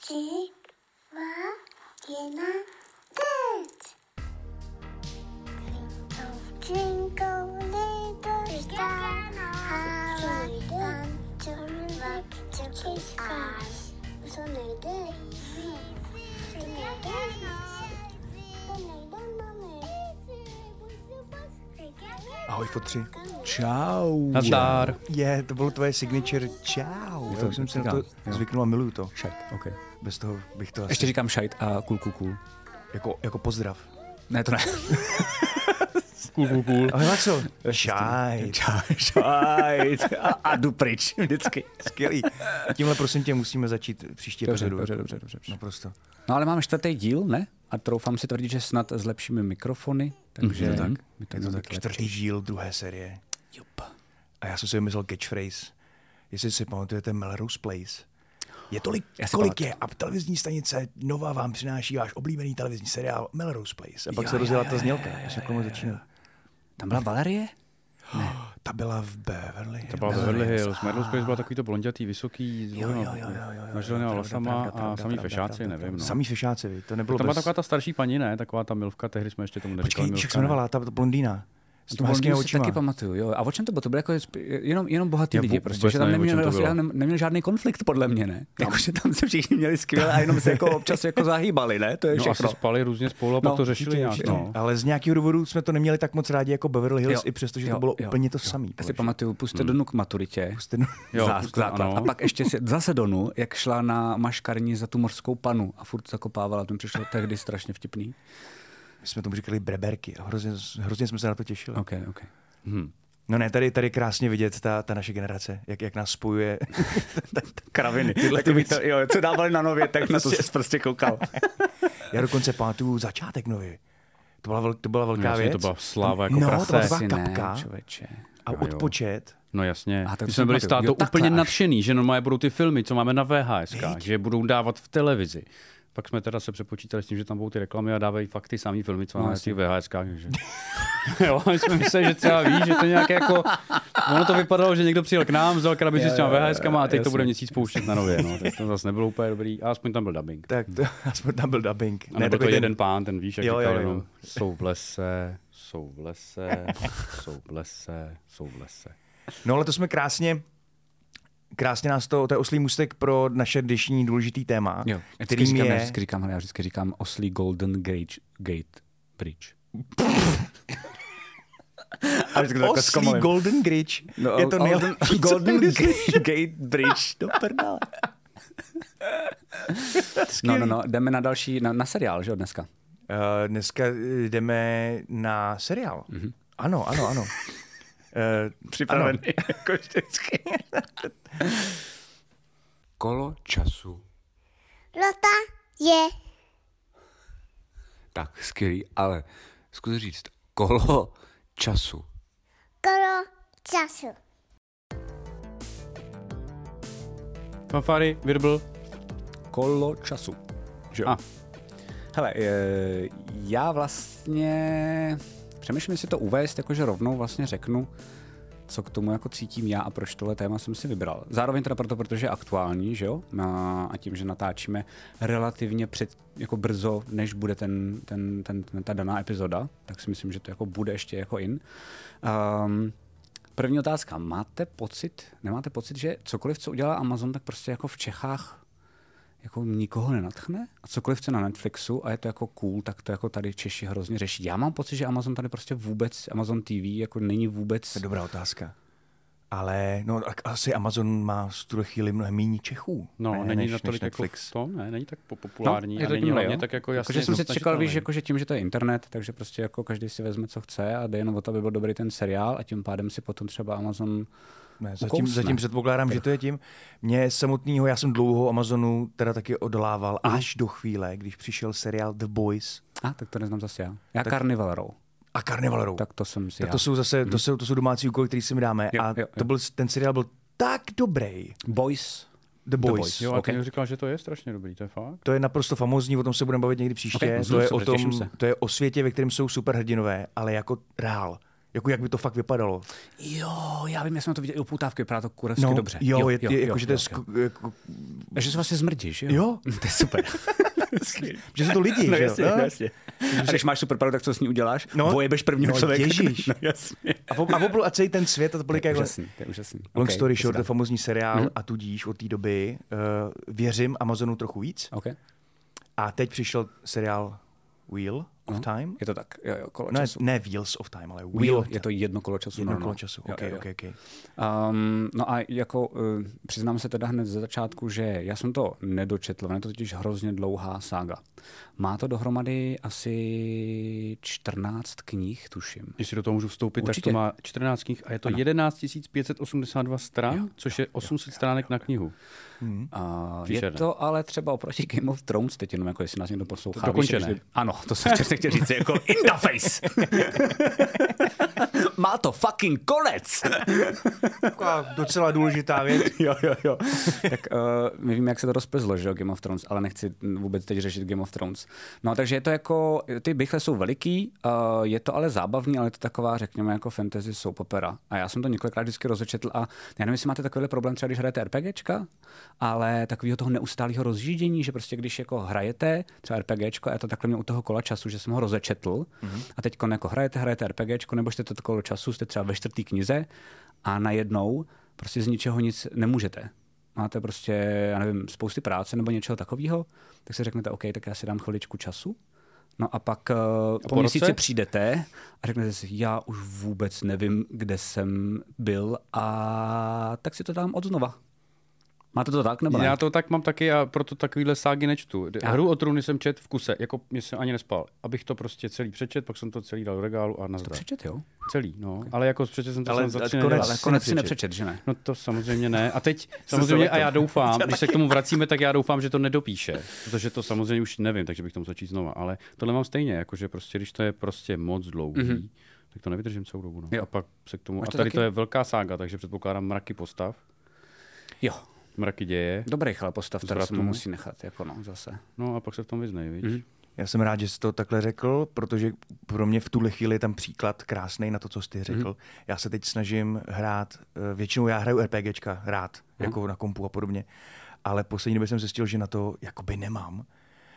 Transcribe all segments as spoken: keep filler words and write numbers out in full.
tři, dva, jedna, teď! Twinkle, little star, how I want to rock to kiss us. Co nejde? Co nejde? To nejde, mami. Ahoj, fotři. Čau. Nazdar. Je, to bylo tvoje signature čau. Jo, To už jsem si na říkám, to jo. zvyknul a miluju to. Šajt, ok. Bez toho bych to asi... Ještě říkám šajt a cool, cool, cool. Jako, jako pozdrav. Ne, to ne. Cool, cool, cool. Ahoj, Laco. Šaj. Šajt. A, a jdu pryč, vždycky. Skvělý. Tímhle prosím tě musíme začít příští Dobře, epizodu. dobře, dobře, dobře. Naprosto. No ale máme čtvrtý díl, ne? A troufám si tvrdit, že snad s lepšími mikrofony, takže... Je to tak. by to Je to mělo tak. být lepší. Čtvrtý díl druhé série. Jup. A já jsem si vymyslel catchphrase. Jestli si pamatujete Melrose Place. Je tolik, Já si kolik pamatuju. je a televizní stanice Nova vám přináší váš oblíbený televizní seriál Melrose Place. A pak Jo, se jo, rozjela jo, ta jo, znělka. jo, Já jo, jsem k tomu začínal. Tam byla Valerie? Ta byla v Beverly Hills. To byla Beverly Hills. Melrose Place byla takový to blondětý, vysoký, Jo, jo, jo, jo, jo. naželená Pravda, vlasama pravda, a pravda, samý pravda, fešáci, pravda, nevím. No. Samý fešáci, vy. To nebylo Tam byla bez... taková ta starší paní, ne? Taková ta milvka, tehdy jsme ještě tomu neříkali Počkej, jak se milvka. jmenovala, ta, ta blondýna. S To těma hezkýma blondýnu si očima. taky pamatuju, jo. A o čem to bylo? To bylo jako sp- jenom, jenom bohatý Já lidi, vůbec prostě, že tam nevím, o čem neměl, to vlastně, bylo. neměl žádný konflikt, podle mě, ne? Jakože tam se všichni měli skvěle a jenom se jako občas jako zahýbali, ne? To je No všechno. asi spali různě spolu a No, pak to řešili nějak. Určitě. No. Ale z nějakého důvodu jsme to neměli tak moc rádi jako Beverly Hills, Jo, i přesto, že jo, to bylo jo, úplně to jo. samý. Já si považuji. pamatuju, Pusťte Donu k maturitě. Pusťte do- Jo, Zá- pusťte, základ. ano. A pak ještě si, zase Donu, jak šla na maškarní za tu mořskou panu a furt zakopávala, to mi přišlo tehdy strašně vtipný. My jsme tomu říkali breberky a hrozně, hrozně jsme se na to těšili. OK, OK. Hm. No ne, tady, tady krásně vidět ta, ta naše generace, jak, jak nás spojuje. Kraviny. Tyhle Ty by věci. to, jo, co dávali na nově, tak na to jsi prostě koukal. Já dokonce pamatuju začátek nově. To byla, vel, to byla velká Jasně, věc. to byla sláva jako no, prase. to byla Asi taková ne, kapka člověče. a Jo, jo. odpočet. No jasně. A tak My si jsme byli s pamatuju. tátou Jo, takhle úplně až. nadšený, že normálně budou ty filmy, co máme na V H S, Viď? že je budou dávat v televizi. Pak jsme teda se přepočítali s tím, že tam budou ty reklamy a dávají fakt ty samý filmy, co No, máme v jasně. těch V H S kách. Takže... jo, my jsme mysleli, že třeba ví, že to nějaké jako... Ono to vypadalo, že někdo přijel k nám, vzal krabici s těma V H S kama a teď to jasně. bude měsíc pouštět na nově. No. Tak to zase nebylo úplně dobrý, a aspoň tam byl dubbing. Tak to, aspoň tam byl dubbing. A nebo to takový jeden pán, ten víš, jak Jo, říkal jo, jo. jenom, jsou v lese, jsou v lese, jsou v lese, jsou v lese. No ale to jsme krásně, krásně nás to, to je oslý můstek pro naše dnešní důležitý téma, Jo, vždycky kterým říkám, já je... vždycky říkám, hele, já vždycky říkám Oslý Golden Gate, Gate Bridge. A vždycky to takhle Oslý zkomolím. Golden Bridge. No, je to Golden, nejlepší, co Golden vymyslíš. Gate Bridge, do prdele. No, no, no, jdeme na další, na, na seriál, že jo, dneska? Uh, dneska jdeme na seriál. Mm-hmm. Ano, ano, ano. Uh, Připravený, jako vždycky. Kolo času. Lota je Tak, skvělý, ale zkus říct kolo času. kolo času. Fanfary, virbl. Kolo času. Že jo? A. Hele, je, já vlastně přemýšlím, jestli to uvést, jakože rovnou vlastně řeknu, co k tomu jako cítím já a proč tohle téma jsem si vybral. Zároveň teda proto, protože je aktuální, že jo? Na, a tím, že natáčíme relativně před, jako brzo, než bude ten, ten, ten, ten, ta daná epizoda, tak si myslím, že to jako bude ještě jako in. Um, první otázka. Máte pocit, nemáte pocit, že cokoliv, co udělá Amazon, tak prostě jako v Čechách jako nikoho nenadchne? A cokoliv chce na Netflixu a je to jako cool, tak to jako tady Češi hrozně řeší. Já mám pocit, že Amazon tady prostě vůbec, Amazon T V jako není vůbec... To je dobrá otázka. Ale no, asi Amazon má v tuhle chvíli mnohem méně Čechů. No, ne, není než, na než tolik Netflix. jako to, ne, není tak po- populární No, je a to není tímhle, hlavně jo? tak jako jasně Jakože jsem si čekal, víš, značitelný. jako, že tím, že to je internet, takže prostě jako každý si vezme, co chce a jde jenom o to, aby byl dobrý ten seriál a tím pádem si potom třeba Amazon Ne, zatím, ukousne. zatím předpokládám, že to je tím. Mě samotného, já jsem dlouho Amazonu teda taky odolával až do chvíle, když přišel seriál The Boys A, tak to neznám zase já. Já Tak- Carnival Row. a Carnival Row. Tak to jsem si Tak já. to jsou zase to jsou, to jsou domácí úkoly, které si mi dáme. Jo, a jo, jo. to byl, ten seriál byl tak dobrý. Boys. The Boys. Boys. Jo, a Ok. ty okay. říkal, že to je strašně dobrý, to je fakt. To je naprosto famózní, o tom se budeme bavit někdy příště. Ok, to, je super, o tom, těším se. to je o světě, ve kterém jsou superhrdinové, ale jako reál. Jako jak by to fakt vypadalo. Jo, já vím, já jsem to viděl i u poutávky, vypadá to kurevsky No, dobře. jo, jo, je, je, jako, že to je jo. sk- jako, Takže se vlastně zmrdíš, jo? Jo. To je super. že jsou to lidi, No že jasně, jo? no, jasně. A když máš super že... tak co s ní uděláš? No, Vojebeš prvního no, člověka. ježiš. No jasně. A, v, a, v, a celý ten svět, a to byl To je jako... úžasný, to je úžasný. Long Okay, story to se short, dá. to je famózní seriál Mhm. a tudíž od té doby uh, věřím Amazonu trochu víc. Okay. A teď přišel seriál Wheel of Time. Je to tak, jo, jo, kolo Ne, času. ne Wheels of Time, ale Wheel, Wheel, of je to jedno kolo času. jedno no, no. kolo času. Jo, Ok, jo, jo. ok, ok. Um, no a jako uh, přiznám se teda hned ze začátku, že já jsem to nedočetl, je to totiž hrozně dlouhá sága. Má to dohromady asi čtrnáct knih, tuším. Jestli do toho můžu vstoupit, Určitě. tak to má čtrnáct knih a je to Ano. jedenáct tisíc pět set osmdesát dva stran, Jo. což je osm set stránek na knihu. Uh, je Příšerné. to ale třeba oproti Game of Thrones, teď jenom jako jestli nás někdo poslouchá. To dokončené. Víš, jestli- ano, to jsem přesně chtěl říct, jako in the face. Má to fucking konec. Taková docela důležitá věc. jo, jo, jo. Tak uh, my víme, jak se to rozpezlo, že jo, Game of Thrones, ale nechci vůbec teď řešit Game of Thrones. No, takže je to jako, ty bychle jsou veliký, uh, je to ale zábavný, ale je to taková, řekněme, jako fantasy soap opera. A já jsem to několikrát vždycky rozečetl a já nevím, jestli máte takovýhle problém třeba, když hrajete RPGčka, ale takového toho neustálého rozjíždění, že prostě když jako hrajete třeba RPGčko, a já to takhle měl u toho kola času, že jsem ho rozečetl mm-hmm. a teď jako hrajete, hrajete RPGčko, nebo jste to kolo času, jste třeba ve čtvrtý knize a najednou prostě z ničeho nic nemůžete. Máte prostě, já nevím, spousty práce nebo něčeho takového, tak si řeknete, OK, tak já si dám chviličku času. No a pak uh, po, po měsíci roce? přijdete a řeknete si, já už vůbec nevím, kde jsem byl a tak si to dám od znova. Máte to tak, nebo ne? Já to tak mám taky a proto takovýhle ságy nečtu. A. Hru o trůny jsem čet v kuse, jako mě jsem ani nespal. Abych to prostě celý přečet, pak jsem to celý dal do regálu a To nazdar. přečet, jo? Celý, no. Okay. Ale jako přečet jsem to Ale ale, za tři konec- neděle. Ale si konec si nepřečet. nepřečet, že ne? No to samozřejmě ne. A teď samozřejmě, a já doufám, když se k tomu vracíme, tak já doufám, že to nedopíše. Protože to samozřejmě už nevím, takže bych to musel začít znova. Ale tohle mám stejně, jakože prostě, když to je prostě moc dlouhý, mm-hmm. tak to nevydržím celou dobu. No. Jo. A pak se k tomu. Máš A to tady taky? to je velká sága, takže předpokládám mraky postav, Jo. mraky děje. Dobrý ale postav, který se Zvratů. mu musí nechat, jako no, zase. No a pak se v tom vyznej, víš? Mhm. Já jsem rád, že jsi to takhle řekl, protože pro mě v tuhle chvíli je tam příklad krásný na to, co jsi ty řekl. Mm-hmm. Já se teď snažím hrát, eh, většinou já hraju RPGčka rád, mm-hmm. jako na kompu a podobně, ale poslední době jsem zjistil, že na to jakoby nemám.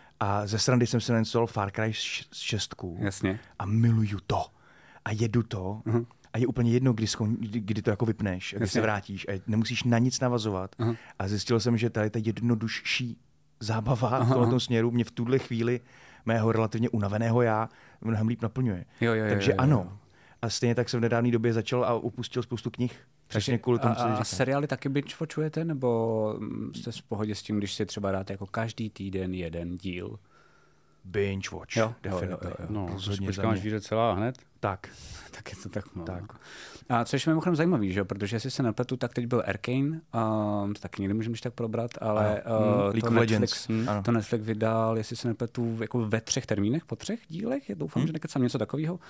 A ze srandy jsem si nainstaloval Far Cry šest Jasně. a miluju to. A jedu to. Mhm. A je úplně jedno, kdy, skon, kdy, kdy to jako vypneš, a kdy Jasně. se vrátíš a nemusíš na nic navazovat. Aha. A zjistil jsem, že tady ta jednodušší zábava Aha, v tomhle aha. tom směru mě v tuhle chvíli mého relativně unaveného já mnohem líp naplňuje. Jo, jo, jo, Takže jo, jo. ano. A stejně tak jsem v nedávné době začal a upustil spoustu knih. Přesně kvůli tomu, co a, a říkám. seriály taky binge-watchujete, nebo mm, jste v pohodě s tím, když si třeba dáte jako každý týden jeden díl? Binge watch. Jo, jo, Definitely. jo, jo, jo. No, Rozhodně za počkám, až mě. vyjde celá hned. Tak. Tak je to tak, no. Tak. A což je mimochodem zajímavý, že? Protože jestli se nepletu, tak teď byl Arcane, um, to taky někdy můžeme tak probrat, ale Ano. uh, Mm, to, League of Netflix, Legends. Mm. Ano. to Netflix vydal, jestli se nepletu, jako ve třech termínech, po třech dílech, já doufám, Mm. že nekecám něco takového.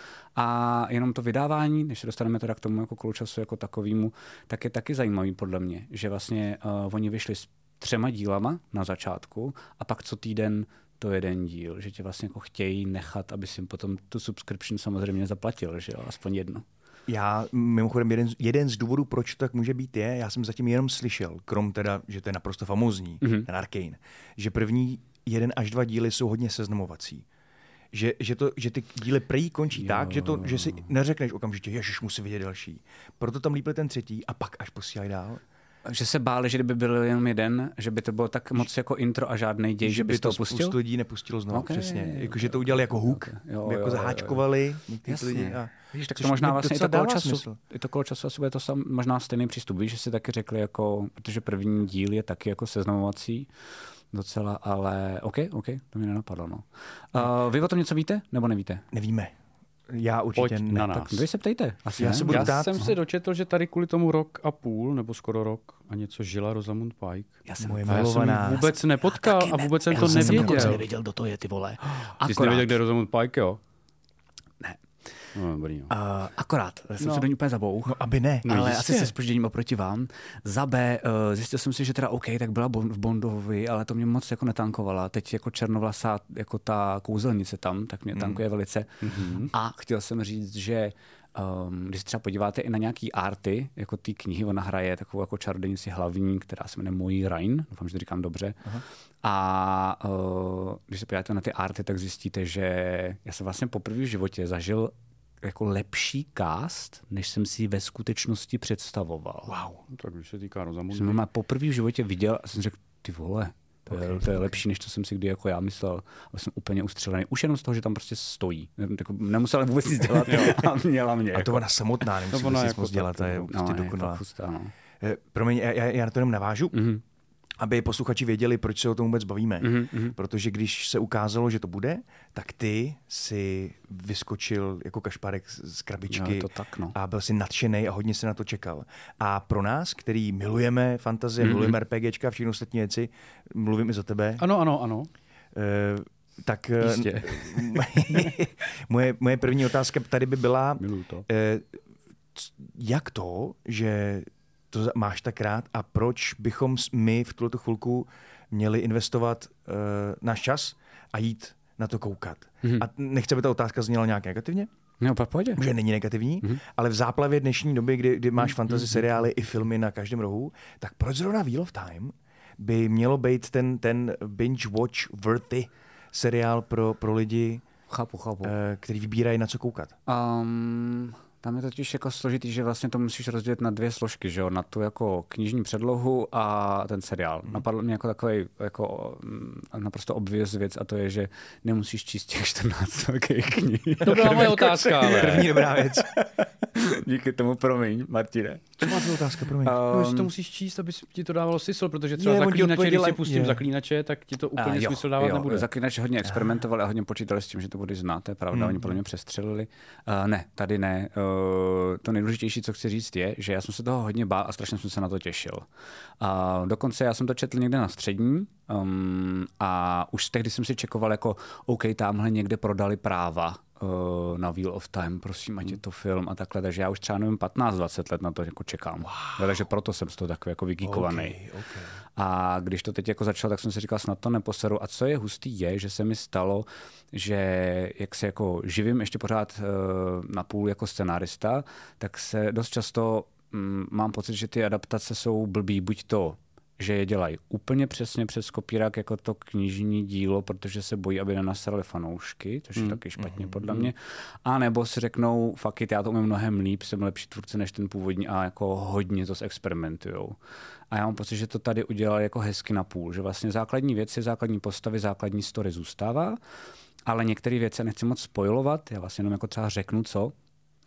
A jenom to vydávání, než se dostaneme teda k tomu jako kolu času jako takovému, tak je taky zajímavý podle mě, že vlastně uh, oni vyšli s třema dílama na začátku a pak co týden to jeden díl, že tě vlastně jako chtějí nechat, aby si potom tu subscription samozřejmě zaplatil, že jo, aspoň jedno. Já mimochodem jeden, jeden z důvodů, proč to tak může být, je, já jsem zatím jenom slyšel, krom teda, že to je naprosto famózní, Mhm. mm-hmm. ten Arcane, že první jeden až dva díly jsou hodně seznamovací. Že, že, to, že ty díly prý končí Jo. tak, že, to, že si neřekneš okamžitě, ježiš, musí vidět další. Proto tam lípil ten třetí a pak až posílají dál. Že se báli, že kdyby byl jenom jeden, že by to bylo tak moc jako intro a žádný děj, že, že by by to to pustil? spoustu lidí nepustilo znovu, Okay, přesně. Jako, okay, že to udělali jako hook, okay. Jo, by jako jo, jo, zaháčkovali někteří Jasně. lidi. A, Víš, tak což to možná mě vlastně i docela to kolo dává času, smysl. i to kolo času asi bude to sam, možná stejný přístup. Víš, že si taky řekli, jako, protože první díl je taky jako seznamovací docela, ale OK, OK, to mi nenapadlo. No. Uh, vy o tom něco víte, nebo nevíte? Nevíme. Já určitě Pojď ne. na nás. Tak vy se ptejte. Asi Já ne? se budu Já ptát. jsem se dočetl, že tady kvůli tomu rok a půl, nebo skoro rok, a něco žila Rosamund Pike. Já jsem, Moje A já jsem milovaná. ji vůbec nepotkal a vůbec jsem já to jsem nevěděl. dokonce nevěděl, kdo to je, ty vole. Ty jsi nevěděl, kde je Rosamund Pike, jo? Ne. No, dobrý, no. Uh, akorát, jsem No. se do ní úplně zabouch. No, aby ne. No, ale jistě. asi se zpožděním oproti vám. Za B, uh, zjistil jsem si, že teda OK, tak byla bon- v Bondovi, ale to mě moc jako netankovala. Teď jako černovlasá, jako ta kouzelnice tam, tak mě tankuje velice. Mhm. A chtěl jsem říct, že Um, když se třeba podíváte i na nějaký arty, jako ty knihy, ona hraje takovou jako čarodějnici hlavní, která se jmenuje Mojí Rain, doufám, že to říkám dobře. Aha. A uh, když se podíváte na ty arty, tak zjistíte, že já jsem vlastně poprvé v životě zažil jako lepší cast, než jsem si ve skutečnosti představoval. Wow. Tak když se týká Rosamundy. Jsem poprvé v životě viděl a jsem řekl, ty vole, to je, okay, to je lepší, než to jsem si kdy jako já myslel. A jsem úplně ustřelený. Už jenom z toho, že tam prostě stojí. Nemusela vůbec nic dělat a měla mě. A to ona samotná nemusí vůbec nic moc dělat. To je prostě no, dokonalá. No. Promiň, já, já na to jenom navážu. Mm-hmm. Aby posluchači věděli, proč se o tom vůbec bavíme. Mm-hmm. Protože když se ukázalo, že to bude, tak ty si vyskočil jako kašpárek z krabičky no, to tak, no. a byl si nadšenej a hodně se na to čekal. A pro nás, který milujeme fantazie, mm-hmm. milujeme RPGčka a všechny ostatní věci, mluvím i za tebe. Ano, ano, ano. Uh, tak Jistě. moje, moje první otázka tady by byla, Miluji to. Uh, jak to, že to máš tak rád a proč bychom my v tuto chvilku měli investovat uh, náš čas a jít na to koukat. Mm-hmm. A nechci, aby ta otázka zněla nějak negativně? No, pak pojď. Že není negativní, mm-hmm. ale v záplavě dnešní doby, kdy, kdy máš mm-hmm. fantasy seriály i filmy na každém rohu, tak proč zrovna Wheel of Time by mělo být ten, ten binge watch worthy seriál pro, pro lidi, chápu, chápu. Uh, který vybírají na co koukat? Um... Tam je totiž jako složitý, že vlastně to musíš rozdělit na dvě složky, že jo? Na tu jako knižní předlohu a ten seriál. Hmm. Napadl mě jako takový jako naprosto obvious věc a to je, že nemusíš číst těch čtrnáct velkých knih. To byla moje otázka, ale. První dobrá věc. Díky tomu, promiň, Martine. Co má to otázka, promiň? Um, no, to musíš číst, aby ti to dávalo smysl, protože třeba je, zaklínače, když si pustím je. zaklínače, tak ti to úplně jo, smysl dávat jo, nebude. Zaklínače hodně experimentovali a hodně počítali s tím, že to bude znát, to je pravda, hmm. oni podle mě přestřelili. Uh, ne, tady ne. Uh, to nejdůležitější, co chci říct, je, že já jsem se toho hodně bál a strašně jsem se na to těšil. Uh, dokonce já jsem to četl někde na střední um, a už tehdy jsem si čekoval jako OK, tamhle někde prodali práva uh, na Wheel of Time, prosím, ať je to film a takhle, takže já už třeba nevím patnáct dvacet let na to jako čekám. Wow. Takže proto jsem z toho takový jako vygíkovaný. Okay, okay. A když to teď jako začalo, tak jsem si říkal, snad to neposeru. A co je hustý je, že se mi stalo, že jak se jako živím ještě pořád uh, na půl jako scenárista, tak se dost často um, mám pocit, že ty adaptace jsou blbý, buď to, že je dělají úplně přesně přes kopírák jako to knižní dílo, protože se bojí, aby nenasrali fanoušky, což je mm. taky špatně mm. podle mě. A nebo si řeknou, fuck it, já to umím mnohem líp, jsem lepší tvůrce než ten původní a jako hodně to zexperimentujou. A já mám pocit, že to tady udělali jako hezky na půl, že vlastně základní věci, základní postavy, základní story zůstává, ale některé věci nechci moc spojovat, já vlastně jenom jako třeba řeknu co, uh,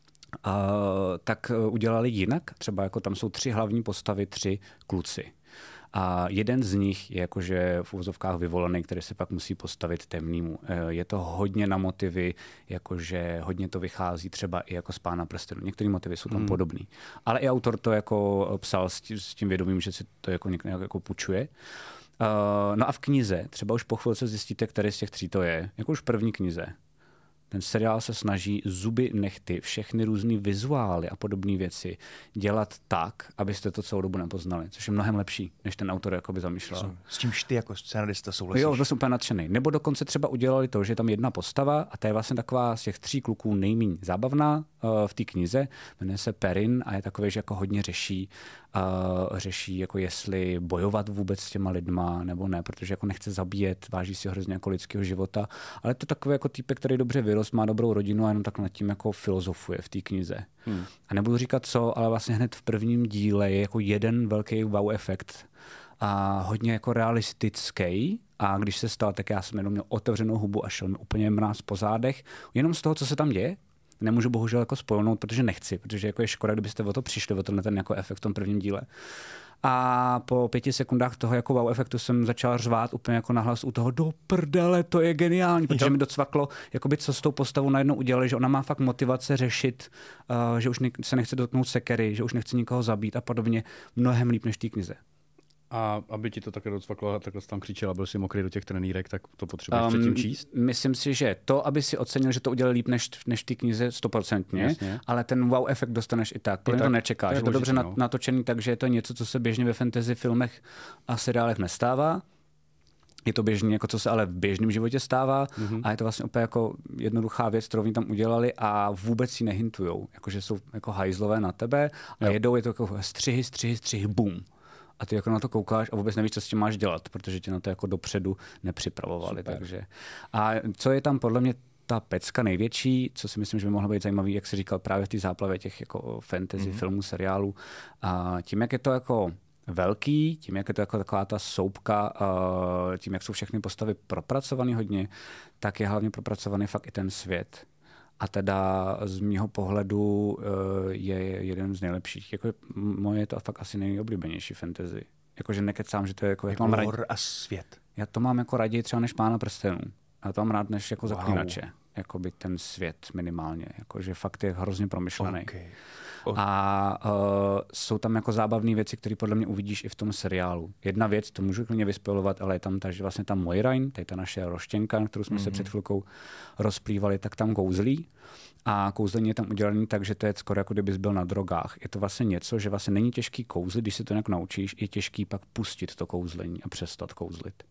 tak udělali jinak, třeba jako tam jsou tři hlavní postavy, tři kluci. A jeden z nich je jakože v uvozovkách vyvolený, který se pak musí postavit temnému. Je to hodně na motivy, jakože hodně to vychází třeba i jako z Pána prstenů. Některé motivy jsou tam hmm. podobný. Ale i autor to jako psal s tím, s tím vědomím, že si to jako nějak jako půjčuje. Uh, no a v knize třeba už po chvilce zjistíte, který z těch tří to je. Jako už v první knize. Ten seriál se snaží zuby nechty, všechny různý vizuály a podobné věci dělat tak, abyste to celou dobu nepoznali, což je mnohem lepší, než ten autor jakoby zamýšlel. S čímž ty jako scenarista souhlasíš? Jo, to jsem úplně nadšený. Nebo dokonce třeba udělali to, že je tam jedna postava a ta je vlastně taková z těch tří kluků nejméně zábavná uh, v té knize. Jmenuje se Perrin a je takový, že jako hodně řeší, uh, řeší jako jestli bojovat vůbec s těma lidma nebo ne, protože jako nechce zabíjet, váží si hrozně jako lidského života, ale to takový jako týpek, který dobře vyrost, má dobrou rodinu a jenom tak nad tím jako filozofuje v té knize. Hmm. A nebudu říkat co, ale vlastně hned v prvním díle je jako jeden velký wow efekt a hodně jako realistický. A když se stal, tak já jsem jenom měl otevřenou hubu a šel mi úplně mráz po zádech. Jenom z toho, co se tam děje. Nemůžu bohužel jako spojnout, protože nechci, protože jako je škoda, kdybyste o to přišli, o tenhle ten jako efekt v tom prvním díle. A po pěti sekundách toho jako wow efektu jsem začal řvát úplně jako nahlas u toho do prdele, to je geniální, protože mi docvaklo, jakoby co s tou postavou najednou udělali, že ona má fakt motivace řešit, uh, že už ne- se nechce dotknout sekery, že už nechce nikoho zabít a podobně, mnohem líp než té knize. A aby ti to takhle docvaklo a takhle jsi tam křičel a byl si mokrý do těch trenýrek, tak to potřebuješ um, předtím číst? Myslím si, že to, aby si ocenil, že to udělali líp než, než v té knize stoprocentně, ale ten wow efekt dostaneš i tak. Protože to nečekáš. Je to dobře no. natočený, takže je to něco, co se běžně ve fantasy filmech a seriálech nestává. je to běžný, jako co se ale v běžném životě stává mm-hmm. a je to vlastně úplně jako jednoduchá věc, kterou oni tam udělali a vůbec si nehintujou, jakože jsou jako hajzlové na tebe a jo. jedou, je to jako střihy, střihy, střihy, bum. A ty jako na to koukáš a vůbec nevíš, co s tím máš dělat, protože tě na to jako dopředu nepřipravovali. Super. Takže. A co je tam podle mě ta pecka největší, co si myslím, že by mohlo být zajímavý, jak jsi říkal, právě v té záplavě těch jako fantasy mm-hmm. filmů, seriálů. A tím, jak je to jako velký, tím, jak je to jako taková ta soupka, tím, jak jsou všechny postavy propracovaný hodně, tak je hlavně propracovaný fakt i ten svět. A teda z mýho pohledu je jeden z nejlepších. Jako moje je to fakt asi nejoblíbenější fantasy. Jakože nekecám, že to je jako... Jako mám lore a svět. Já to mám jako raději třeba než Pána prstenů. A to mám rád než jako wow. Zaklínače. Jakoby ten svět minimálně. Jakože fakt je hrozně promyšlený. Okay. Oh. A uh, jsou tam jako zábavné věci, které podle mě uvidíš i v tom seriálu. Jedna věc, to můžu klidně vyspojovat, ale je tam ta, že vlastně ta Moiraine, to je ta naše roštěnka, kterou jsme mm-hmm. se před chvilkou rozplývali, tak tam kouzlí. A kouzlení je tam udělané tak, že to je skoro jako kdybys byl na drogách. Je to vlastně něco, že vlastně není těžký kouzlit, když si to nějak naučíš, je těžký pak pustit to kouzlení a přestat kouzlit.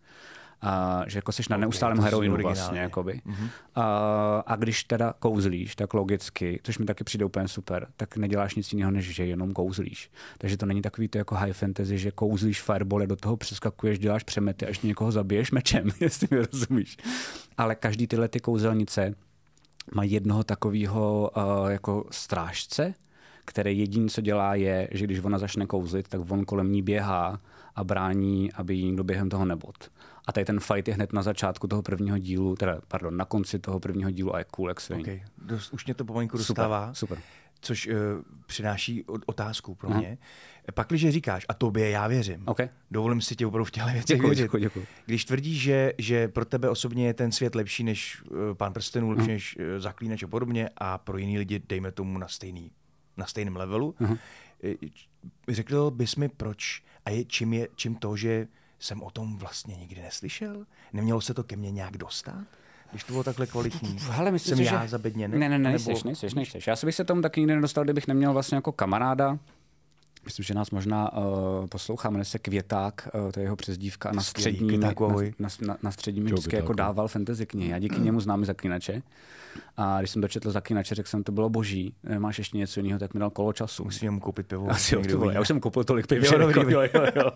A že jako jsi na neustálém okay, heroinu vlastně, jakoby. Mm-hmm. A, a když teda kouzlíš, tak logicky, což mi taky přijde úplně super, tak neděláš nic jiného, než že jenom kouzlíš. Takže to není takový to jako high fantasy, že kouzlíš fireball, do toho přeskakuješ, děláš přemety a ještě někoho zabiješ mečem, jestli mi rozumíš. Ale každý tyhle ty kouzelnice mají jednoho takového uh, jako strážce, který jediný, co dělá, je, že když ona začne kouzlit, tak on kolem ní běhá a brání, aby jí někdo během toho nebod. A tady ten fight je hned na začátku toho prvního dílu, teda, pardon, na konci toho prvního dílu a je cool, jak se okay. Dost, už mě to pomalinku dostává, super, super. Což uh, přináší otázku pro mě. Uh-huh. Pak, když říkáš, a tobě já věřím, okay. dovolím si tě opravdu v těchto věcech věřit. Děkuji, děkuji. Když tvrdíš, že, že pro tebe osobně je ten svět lepší než uh, Pán prstenů, lepší uh-huh. než uh, Zaklínač a podobně a pro jiný lidi, dejme tomu na stejný, na stejném levelu, uh-huh. řekl bys mi proč a je, čím, je, čím to, že jsem o tom vlastně nikdy neslyšel? Nemělo se to ke mně nějak dostat? Když to bylo takhle kvalitní. Hele, myslím jsem si, já že... zabedněný? Ne, ne, ne, nejseš, nejseš, nejseš. Já si bych se tomu taky nikdy nedostal, kdybych neměl vlastně jako kamaráda. Myslím, že nás možná uh, poslouchá, jmenuje se Květák, uh, to je jeho přezdívka a na střední, na, na, na, na střední mi vždycky jako dával fantasy knihy. Já díky němu znám Zaklínače. A když jsem dočetl Zaklínače, řekl jsem, to bylo boží. Máš ještě něco jiného, tak mi dal Kolo času. Musím mu koupit pivo. Asi jo, vole, já už jsem koupil tolik piv. Jo, dobrý, jo, jo, jo.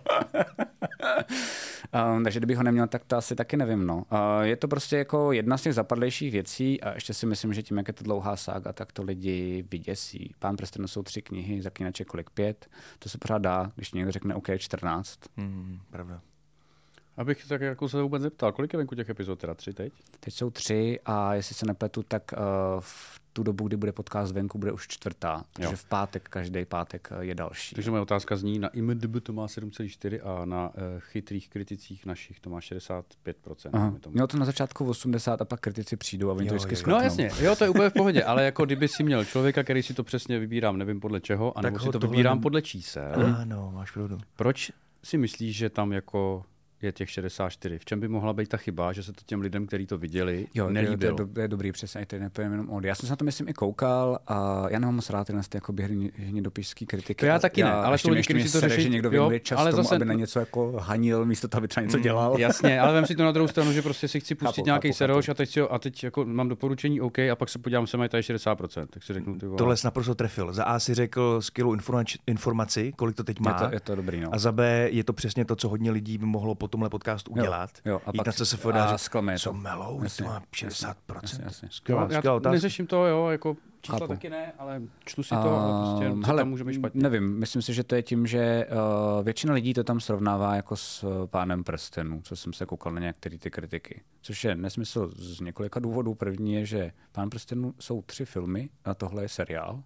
um, takže kdybych ho neměl, tak to asi taky nevím. No. Uh, je to prostě jako jedna z těch zapadlejších věcí a ještě si myslím, že tím, jak je to dlouhá sága, tak to lidi vyděsí. Pán prstenů jsou tři knihy, Zaklínače kolik pět. To se pořád dá, když někdo řekne OK, čtrnáct. Hmm, pravda. Abych tak jako se vůbec zeptal, kolik je venku těch epizod, teda tři teď? Teď jsou tři a jestli se nepletu, tak uh, v tu dobu, kdy bude podcast venku, bude už čtvrtá. Takže v pátek, každý pátek je další. Takže moje otázka zní, na I M D B to má sedm celá čtyři a na uh, chytrých kriticích našich to má šedesát pět procent. Mělo to na začátku osmdesát a pak kritici přijdou a oni to vždycky skutnou. No jasně, jo, to je úplně v pohodě, ale jako kdyby si měl člověka, který si to přesně vybírám, nevím podle čeho, anebo si to vybírám podle čísel. Ano, máš pravdu. Proč si myslíš, že tam jako je těch šedesát čtyři. V čem by mohla být ta chyba, že se to těm lidem, kteří to viděli, jo, nelíbilo? Jo, to je, do, to je dobrý, přesně, to je nepojím jenom od. Já jsem se na to myslím i koukal a já nemám moc rád tyhle jako hnědopíšský kritiky. To já taky ne, ale to lidi, kteří si to řeší, že někdo věnuje čas ale tomu, zase, aby na něco jako hanil, místo toho, aby třeba něco dělal. Mm, jasně, ale vem si to na druhou stranu, že prostě si chci pustit chápu, nějaký seroš a teď, si, a teď jako mám doporučení OK a pak se podívám, se mají tady šedesát procent, tak si řeknu ty vole. Tohle jsi naprosto trefil. Za A si řekl skvělou informaci, kolik to teď má. Je to, je to dobrý, no. A za B je to přesně to, co hodně lidí by mohlo po tomhle podcastu udělat. Jo, a jít pak na C S F D, zklamě co melou, to má šedesát procent. Skvělá, skvělá otázka. Neřeším to, jo, jako čísla chápu. Taky ne, ale čtu si to a prostě co hele, tam může být špatně. Nevím, myslím si, že to je tím, že uh, většina lidí to tam srovnává jako s uh, Pánem prstenů, co jsem se koukal na některé ty kritiky. Což je nesmysl z několika důvodů. První je, že Pán prstenů jsou tři filmy a tohle je seriál.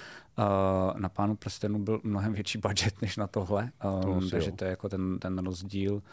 Uh, na Pánu prstenů byl mnohem větší budget než na tohle, um, to takže jo. To je jako ten, ten rozdíl.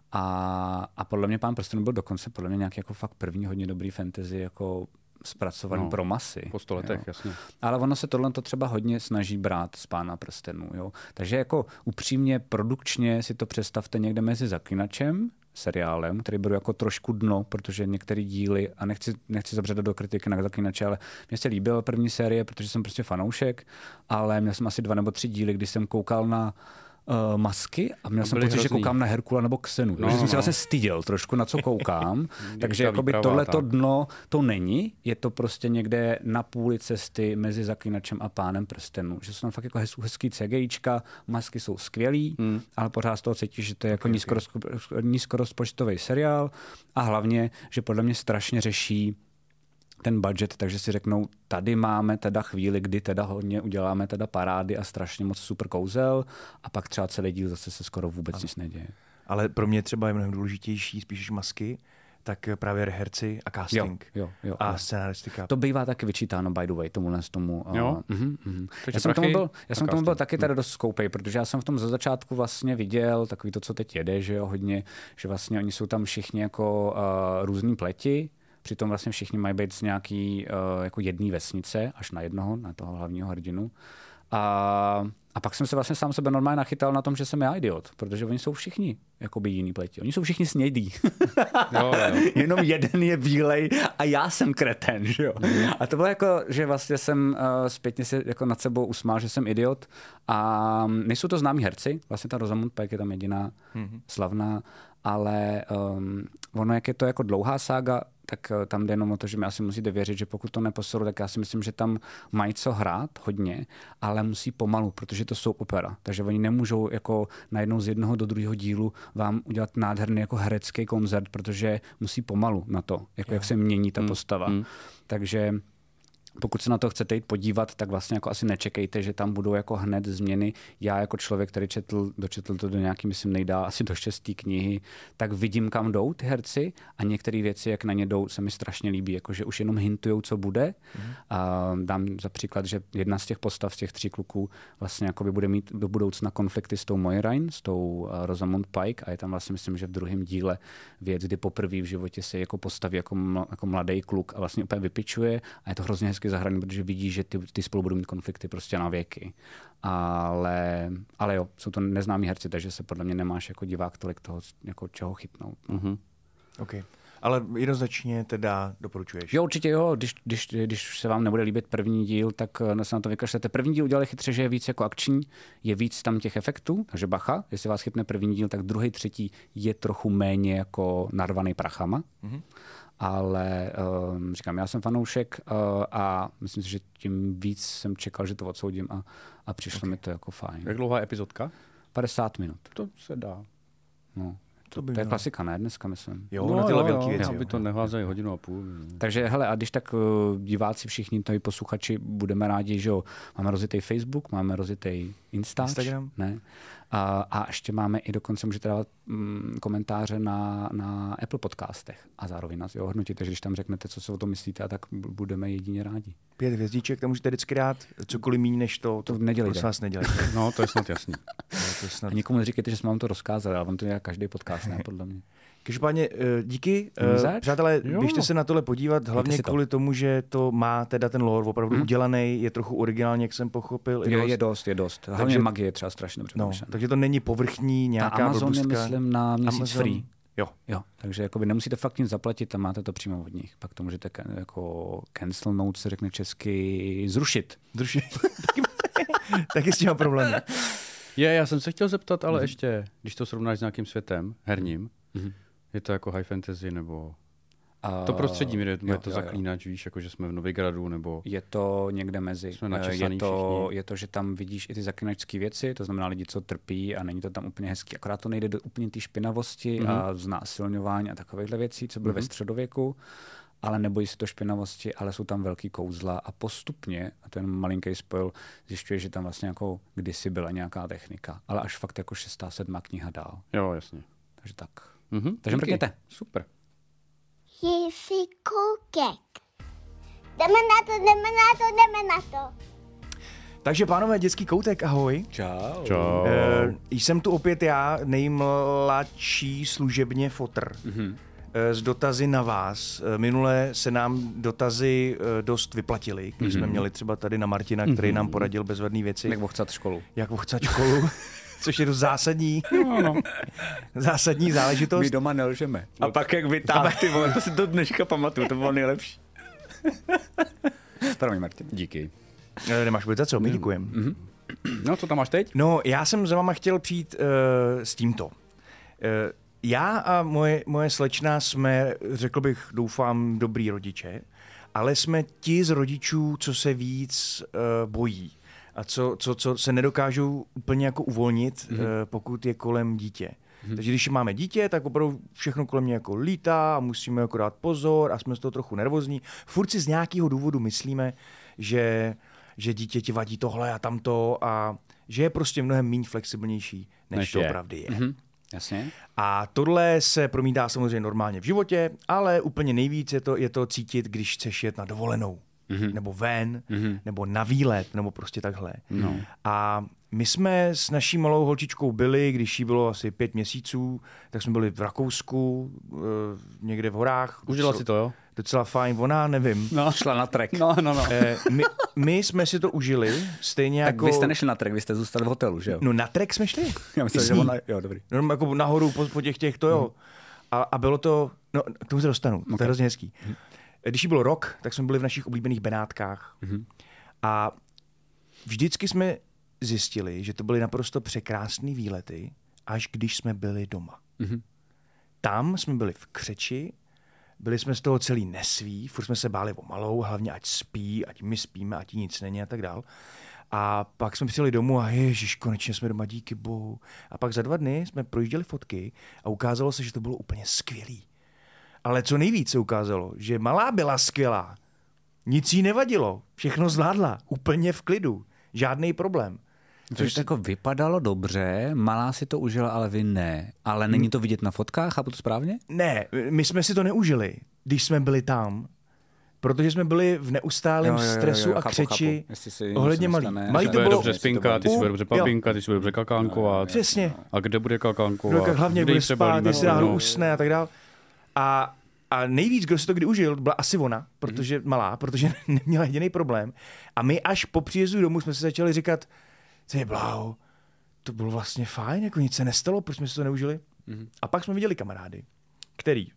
A, a podle mě Pán prstenů byl dokonce podle mě nějaký jako fakt první hodně dobrý fantasy jako zpracovaný no, pro masy. Po sto letech, jo. Jasně. Ale ono se tohle to třeba hodně snaží brát z Pána prstenů. Jo. Takže jako upřímně produkčně si to představte někde mezi Zaklínačem, seriálem, který beru jako trošku dno, protože některé díly, a nechci, nechci zabředat do kritiky na Zaklínače, ale mně se líbila první série, protože jsem prostě fanoušek, ale měl jsem asi dva nebo tři díly, kdy jsem koukal na uh, masky a měl jsem byly pocit, že hrozný. koukám na Herkula nebo Xenu. No, že jsem no, se no. vlastně styděl trošku, na co koukám. Takže ta jakoby výprava, tohleto tak. dno to není. Je to prostě někde na půli cesty mezi Zaklínačem a Pánem prstenů. Že jsou tam fakt jako hez, hezký CGIčka, masky jsou skvělý, hmm. ale pořád z toho cítíš, že to je jako okay, okay. nízkorozpočtový seriál a hlavně, že podle mě strašně řeší ten budget, takže si řeknou, tady máme teda chvíli, kdy teda hodně uděláme teda parády a strašně moc super kouzel a pak třeba celý díl zase se skoro vůbec ano. nic neděje. Ale pro mě třeba je mnohem důležitější spíš masky, tak právě herci a casting jo, jo, jo, a jo. scenaristika. To bývá taky vyčítáno, by the way, tomuhle z tomu. Jo? Uh, uh, uh. Takže já jsem tomu byl, já jsem tomu byl casting. taky tady dost skoupej, protože já jsem v tom za začátku vlastně viděl takový to, co teď jede, že jo, hodně, že vlastně oni jsou tam všichni jako uh, různý pleti, přitom vlastně všichni mají být z nějaký uh, jako jedné vesnice, až na jednoho, na toho hlavního hrdinu. A, a pak jsem se vlastně sám sebe normálně nachytal na tom, že jsem já idiot, protože oni jsou všichni jakoby jiný pleti. Oni jsou všichni snědí. Jo, jo. Jenom jeden je bílej a já jsem kreten, že jo. A to bylo jako, že vlastně jsem uh, zpětně si jako nad sebou usmál, že jsem idiot a nejsou to známí herci, vlastně ta Rosamund Pike je tam jediná mm-hmm. slavná, ale um, ono, jak je to jako dlouhá sága, tak tam jde jenom o to, že mi asi musíte věřit, že pokud to neposoru, tak já si myslím, že tam mají co hrát hodně, ale musí pomalu, protože to jsou opera. Takže oni nemůžou jako najednou z jednoho do druhého dílu vám udělat nádherný jako herecký koncert, protože musí pomalu na to, jako jak se mění ta postava. Mm. Takže pokud se na to chcete jít podívat, tak vlastně jako asi nečekejte, že tam budou jako hned změny. Já jako člověk, který četl, dočetl to do nějaký, myslím, nejdál asi do šestý knihy, tak vidím, kam jdou ty herci a některé věci, jak na ně jdou, se mi strašně líbí, jakože už jenom hintujou, co bude. Mm. A dám za příklad, že jedna z těch postav, z těch tří kluků vlastně jakoby bude mít do budoucna konflikty s tou Moiraine, s tou Rosamund Pike a je tam vlastně, myslím, že v druhém díle věc, kdy poprvé v životě se jako postaví jako, ml, jako mladý kluk a vlastně úplně vypičuje a je to hrozně hezky zahraný, protože vidí, že ty, ty spolu budou mít konflikty prostě na věky. Ale, ale jo, jsou to neznámí herci, takže se podle mě nemáš jako divák tolik toho, jako čeho chytnout. Mm-hmm. OK. Ale jednoznačně teda doporučuješ. Jo, určitě jo, když, když, když se vám nebude líbit první díl, tak se na to vykašlete. První díl udělali chytře, že je víc jako akční, je víc tam těch efektů, takže bacha, jestli vás chytne první díl, tak druhý, třetí je trochu méně jako narvaný prachama. Mm-hmm. Ale um, říkám, já jsem fanoušek uh, a myslím si, že tím víc jsem čekal, že to odsoudím a, a přišlo okay. mi to jako fajn. Jak dlouhá je epizodka? padesát minut. To se dá. No. To, to je klasika, ne? Dneska myslím. Jo, no, na tyhle jo, velké jo, věci. aby to neházeli hodinu a půl. Takže hele, a když tak uh, diváci všichni, tady posluchači, budeme rádi, že jo, máme rozjetý Facebook, máme rozjetý Instač, Instagram. Ne? A, a ještě máme i dokonce, můžete dávat mm, komentáře na, na Apple podcastech a zároveň nás jo, hodnotíte, že když tam řeknete, co si o tom myslíte, a tak budeme jedině rádi. Pět hvězdiček, tam můžete vždycky dát cokoliv méně než to. To nedělejte. Prosím vás, nedělejte. No, to je snad jasný. No, to je snad... A nikomu neříkejte, že jsme vám to rozkázali, ale on to je každý podcast, ne, podle mě. Každopádně díky. Zač? Přátelé, Jo. běžte se na tohle podívat, hlavně kvůli to. tomu, že to má teda ten lore opravdu hmm. udělaný, je trochu originální, jak jsem pochopil. Je dost, je dost. Je dost. Hlavně takže, magie je třeba strašně dobře no, takže to není povrchní nějaká a Amazon blbůstka. je, myslím, na měsíc Amazon, free. Jo. jo. Takže jakoby nemusíte fakt nic zaplatit a máte to přímo od nich. Pak to můžete jako cancel note se řekne česky zrušit. Zrušit. taky, taky s tím mám problém. Je, já jsem se chtěl zeptat, ale mm-hmm. ještě, když to srovnáš s nějakým světem herním, mm-hmm. je to jako high fantasy nebo... Uh, to prostředí, je, je to Zaklínač, víš, jako že jsme v Novigradu, nebo... Je to někde mezi. Jsme je, to, je to, že tam vidíš i ty zaklínačské věci, to znamená lidi, co trpí a není to tam úplně hezký. Akorát to nejde do úplně té špinavosti mm-hmm. a znásilňování a takovýchhle věcí, co byly mm-hmm. ve středověku, ale nebojí se to špinavosti, ale jsou tam velký kouzla a postupně, a ten malinký spoil, zjišťuje, že tam vlastně jako kdysi byla nějaká technika, ale až fakt jako šestá, sedmá kniha dál. Jo, jasně. Takže tak. Mm-hmm. Takže mrkněte. Super. Jsi koukek. Jdeme na to, jdeme na to, jdeme na to. Takže pánové, dětský koutek, ahoj. Čau. Čau. E, jsem tu opět já, nejmladší služebně fotr. Mm-hmm. E, s dotazy na vás. E, minule se nám dotazy e, dost vyplatily, když mm-hmm. jsme měli třeba tady na Martina, který mm-hmm. nám poradil bezvadný věci. Jak vochcat školu. Jak vochcat školu. Což je to zásadní, no, no. zásadní záležitost. My doma nelžeme. A pak jak vytáh, ty vole, to si do dneška pamatuju, to bylo nejlepší. Promiň, Martin. Díky. Nemáš vůbec za co, my děkujeme. Mm-hmm. No, co tam máš teď? No, já jsem za váma chtěl přijít uh, s tímto. Uh, já a moje, moje slečna jsme, řekl bych, doufám, dobrý rodiče, ale jsme ti z rodičů, co se víc uh, bojí a co, co, co se nedokážou úplně jako uvolnit, mm-hmm. uh, pokud je kolem dítě. Hmm. Takže když máme dítě, tak opravdu všechno kolem mě jako lítá a musíme jako dát pozor a jsme z toho trochu nervózní. Furt si z nějakého důvodu myslíme, že, že dítě ti vadí tohle a tamto a že je prostě mnohem méně flexibilnější, než, než to je. Opravdu je. Hmm. Jasně. A tohle se promítá samozřejmě normálně v životě, ale úplně nejvíc je to, je to cítit, když chceš jet na dovolenou. Mm-hmm. Nebo ven, mm-hmm. nebo na výlet, nebo prostě takhle. No. A my jsme s naší malou holčičkou byli, když jí bylo asi pět měsíců, tak jsme byli v Rakousku, někde v horách. Užila si to, jo? Docela fajn, ona nevím. No, šla na trek. No, no, no. My, my jsme si to užili, stejně tak jako... Tak vy jste nešli na trek, vy jste zůstali v hotelu, že jo? No na trek jsme šli. Já myslím, že ona... Jo, dobrý. No, jako nahoru po, po těch těch, to jo. Hmm. A, a bylo to... No, k tomu se dostanu, okay. To je hrozně hezký. Hmm. Když jí bylo rok, tak jsme byli v našich oblíbených Benátkách. Mm-hmm. A vždycky jsme zjistili, že to byly naprosto překrásné výlety, až když jsme byli doma. Mm-hmm. Tam jsme byli v křeči, byli jsme z toho celý nesví, furt jsme se báli o malou, hlavně ať spí, ať my spíme, ať jí nic není a tak dál. A pak jsme přijeli domů a ježiš, konečně jsme doma, díky bohu. A pak za dva dny jsme projížděli fotky a ukázalo se, že to bylo úplně skvělý. Ale co nejvíc se ukázalo, že malá byla skvělá. Nic jí nevadilo. Všechno zvládla. Úplně v klidu. Žádný problém. Což to jako vypadalo dobře, malá si to užila, ale vy ne. Ale není to vidět na fotkách, chápu to správně? Ne, my jsme si to neužili, když jsme byli tam. Protože jsme byli v neustálém jo, jo, jo, stresu jo, jo, a křeči ohledně malý. Malý to bylo dobře spinka, ty si bude dobře papinka, ty si bude dobře kalkánkovat. Přesně. A kde bude kalkánkovat? No, hlavně bude spát, jestli náhodou usne a tak dál. A A nejvíc, kdo si to kdy užil, byla asi ona, protože malá, protože neměla jediný problém. A my až po příjezdu domů jsme se začali říkat, ty bláho, to bylo vlastně fajn, jako nic se nestalo, proč jsme si to neužili. Mm-hmm. A pak jsme viděli kamarády, který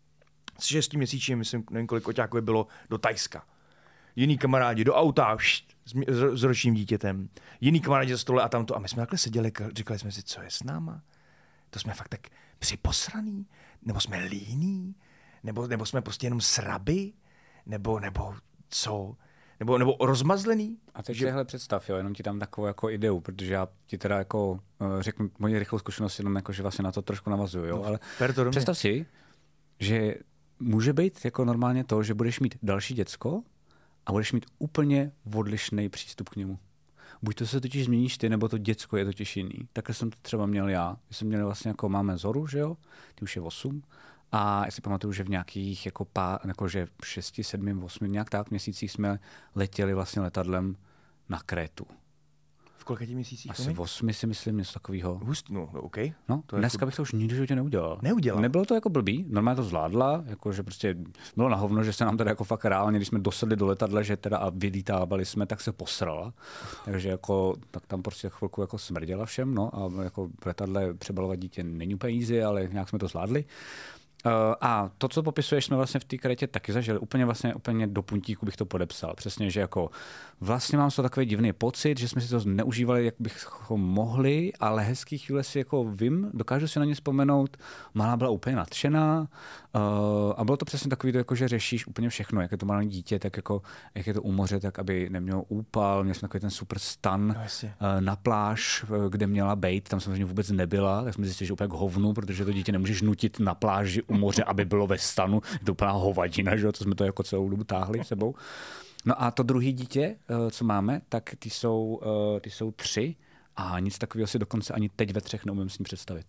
s šestiměsíčním, myslím, nevím kolik oťákové bylo, do Tajska. Jiný kamarádi do auta, št, s, s ročním dítětem. Jiný kamarádi za stole a tamto. A my jsme takhle seděli, říkali jsme si, co je s náma? To jsme fakt tak připosraný? Nebo jsme líní? Nebo, nebo jsme prostě jenom sraby? Nebo, nebo co? Nebo, nebo rozmazlený? A teď že... představ, jo, jenom ti tam takovou jako ideu, protože já ti teda jako uh, řeknu moji rychlou zkušenost, jenom jako, že vlastně na to trošku navazuju, jo, ale to představ si, že může být jako normálně to, že budeš mít další děcko a budeš mít úplně odlišný přístup k němu. Buď to se totiž změníš ty, nebo to děcko je totiž jiný. Takhle jsem to třeba měl já. Já jsem měl vlastně jako máme Zoru, že jo, ty už je osm. A já si pamatuju, že v nějakých jako pár, jakože šesti, sedmi, osmi, nějak tak měsících jsme letěli vlastně letadlem na Krétu. V kolika měsících? Asi v osmi si myslím, něco takového. Hust, no, no OK. No, to dneska jako... bych to už nikdy v životě neudělal. Neudělal? Nebylo to jako blbý, normálně to zvládla, jakože prostě bylo na hovno, že se nám teda jako fakt reálně, když jsme dosedli do letadla, že teda a vylítávali jsme, tak se posrala. Takže jako, tak tam prostě chvilku jako smrděla všem, no a jako v letadle přebalovat dítě není úplně easy, ale nějak jsme to zvládli. Uh, a to, co popisuješ, jsme vlastně v té Krétě taky zažili. Úplně vlastně úplně do puntíku bych to podepsal. Přesně, že jako vlastně mám z toho takový divný pocit, že jsme si to neužívali, jak bychom mohli, ale hezký chvíle si jako vím, dokážu si na ně vzpomenout. Malá byla úplně nadšená uh, a bylo to přesně takový, to, jako, že řešíš úplně všechno, jak je to malé dítě, tak jako, jak je to u moře, tak aby nemělo úpal. Měli jsme takový ten super stan no, uh, na pláž, kde měla bejt, tam samozřejmě vůbec nebyla, tak jsme zjistili, že úplně k hovnu, protože to dítě nemůžeš nutit na pláži u moře, aby bylo ve stanu. Je to úplná hovadina, že? Co jsme to jako celou dobu táhli sebou. No a to druhé dítě, co máme, tak ty jsou, ty jsou tři a nic takového si dokonce ani teď ve třech neumím s ní představit.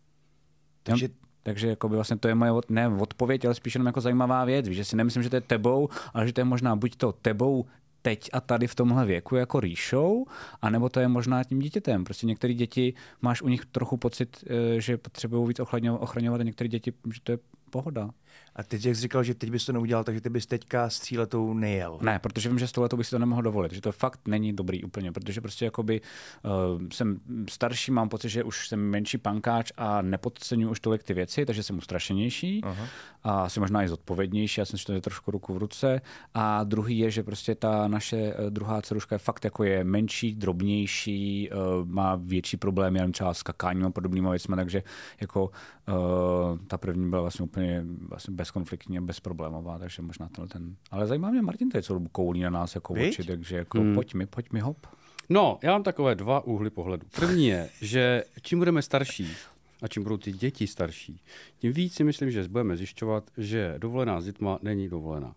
Takže, takže jako by vlastně to je moje od, ne odpověď, ale spíš jenom jako zajímavá věc. Víš, že si nemyslím, že to je tebou, ale že to je možná buď to tebou teď a tady v tomhle věku jako rýšou, anebo to je možná tím dítětem. Prostě některé děti, máš u nich trochu pocit, že potřebují víc ochraňovat a některé děti, že to je pohoda. A teď jak jsi říkal, že teď bys to neudělal, takže ty bys teďka s tříletou nejel. Ne, protože vím, že s touhletou bych si to nemohl dovolit, že to fakt není dobrý úplně, protože prostě jakoby uh, jsem starší, mám pocit, že už jsem menší pankáč a nepodceňuji už tolik ty věci, takže jsem ustrašenější uh-huh. a jsem možná i zodpovědnější, já jsem si to je trošku ruku v ruce. A druhý je, že prostě ta naše druhá dceruška je fakt jako je menší, drobnější, uh, má větší problémy, jen třeba s kakáním a podobnýma věcmi, takže jako uh, ta první byla vlastně úplně vlastně bezkonfliktní a bezproblémová, takže možná tenhle ten... Ale zajímá mě, Martin, tady co koulí na nás jako oči, takže jako hmm. pojď mi, pojď mi hop. No, já mám takové dva úhly pohledu. První je, že čím budeme starší a čím budou ty děti starší, tím víc si myslím, že budeme zjišťovat, že dovolená s dětma není dovolená.